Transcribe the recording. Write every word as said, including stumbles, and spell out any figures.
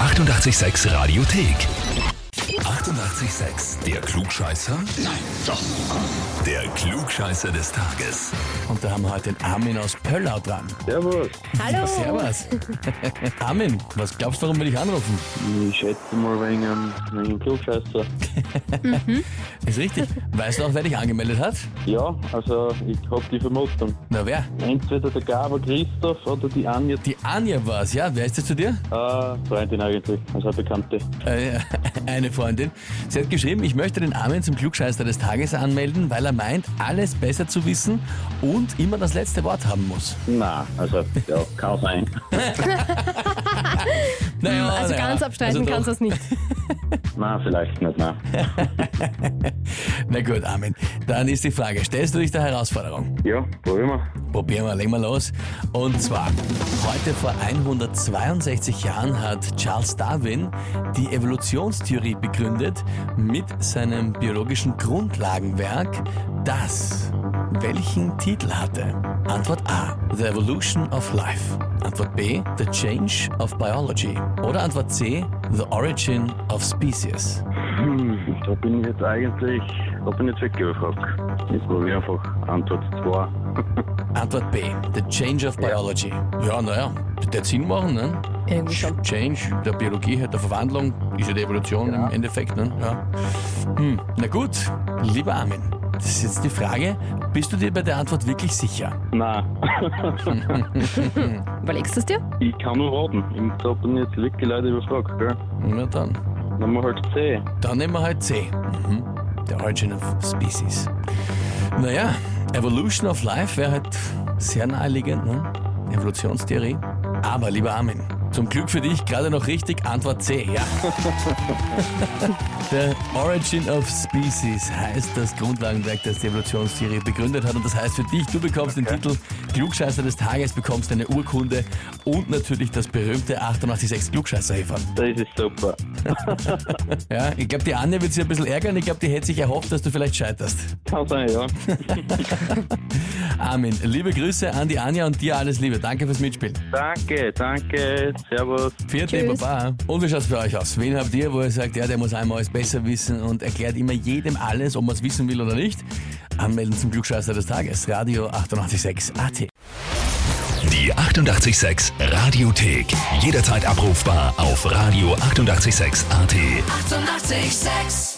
achtundachtzig Komma sechs Radiothek. achtundachtzig Komma sechs. Der Klugscheißer? Nein, doch. Der Klugscheißer des Tages. Und da haben wir heute den Armin aus Pöllau dran. Servus. Hallo. Servus. Armin, was glaubst du, warum wir dich anrufen? Ich schätze mal wegen einem, wegen einem Klugscheißer. Ist richtig. Weißt du auch, wer dich angemeldet hat? Ja, also ich habe die Vermutung. Na, wer? Entweder der Gaber Christoph oder die Anja. Die Anja war's, ja? Wer ist das zu dir? Äh, Freundin eigentlich, also eine Bekannte. Äh, eine Freundin. Sie hat geschrieben, ich möchte den Armin zum Klugscheißer des Tages anmelden, weil er meint, alles besser zu wissen und immer das letzte Wort haben muss. Nein, also ja, kann sein. Naja, Also naja. ganz abstreiten Also kannst du doch. es nicht. Nein, vielleicht nicht, nein. Na gut, Armin. Dann ist die Frage, stellst du dich der Herausforderung? Ja, probieren wir. Probieren wir, legen wir los. Und zwar, heute vor hundertzweiundsechzig Jahren hat Charles Darwin die Evolutionstheorie begründet mit seinem biologischen Grundlagenwerk, das welchen Titel hatte? Antwort A, The Evolution of Life. Antwort B, The Change of Biology. Oder Antwort C, The Origin of Species. Hm, da bin ich jetzt eigentlich, da bin ich jetzt wirklich überfragt. Ich probiere einfach Antwort zwei. Antwort B, The Change of Biology. Ja, naja, das wird Sinn machen, ne? Irgendwie schon. Change der Biologie, halt der Verwandlung, ist ja die Evolution Ja. im Endeffekt, ne? Ja. Hm, na gut, lieber Armin, das ist jetzt die Frage, bist du dir bei der Antwort wirklich sicher? Nein, Überlegst du es dir? ich kann nur warten. Ich, da bin ich jetzt wirklich leider überfragt, gell? Na dann, Dann haben wir halt C. dann nehmen wir halt C. Mhm. The Origin of Species. Naja, Evolution of Life wäre halt sehr naheliegend, ne? Evolutionstheorie. Aber, lieber Armin, zum Glück für dich gerade noch richtig, Antwort C, ja. The Origin of Species heißt das Grundlagenwerk, das die Evolutionstheorie begründet hat. Und das heißt für dich, du bekommst den Titel Klugscheißer des Tages, bekommst eine Urkunde und natürlich das berühmte achtundachtzig Komma sechs Klugscheißer-Häferl. Das ist super. Ja, ich glaube, die Anja wird sich ein bisschen ärgern. Ich glaube, die hätte sich erhofft, dass du vielleicht scheiterst. Kann sein, ja. Armin, liebe Grüße an die Anja und dir alles Liebe. Danke fürs Mitspielen. Danke, danke. Servus. Vierte Tschüss. Baba. Und wie schaut's für euch aus? Wen habt ihr, wo ihr sagt, ja, der muss einmal alles besser wissen und erklärt immer jedem alles, ob man es wissen will oder nicht? Anmelden zum Klugscheißer des Tages. Radio achtundachtzig Komma sechs A T. Die achtundachtzig Komma sechs Radiothek. Jederzeit abrufbar auf Radio achtundachtzig Komma sechs A T. achtundachtzig Komma sechs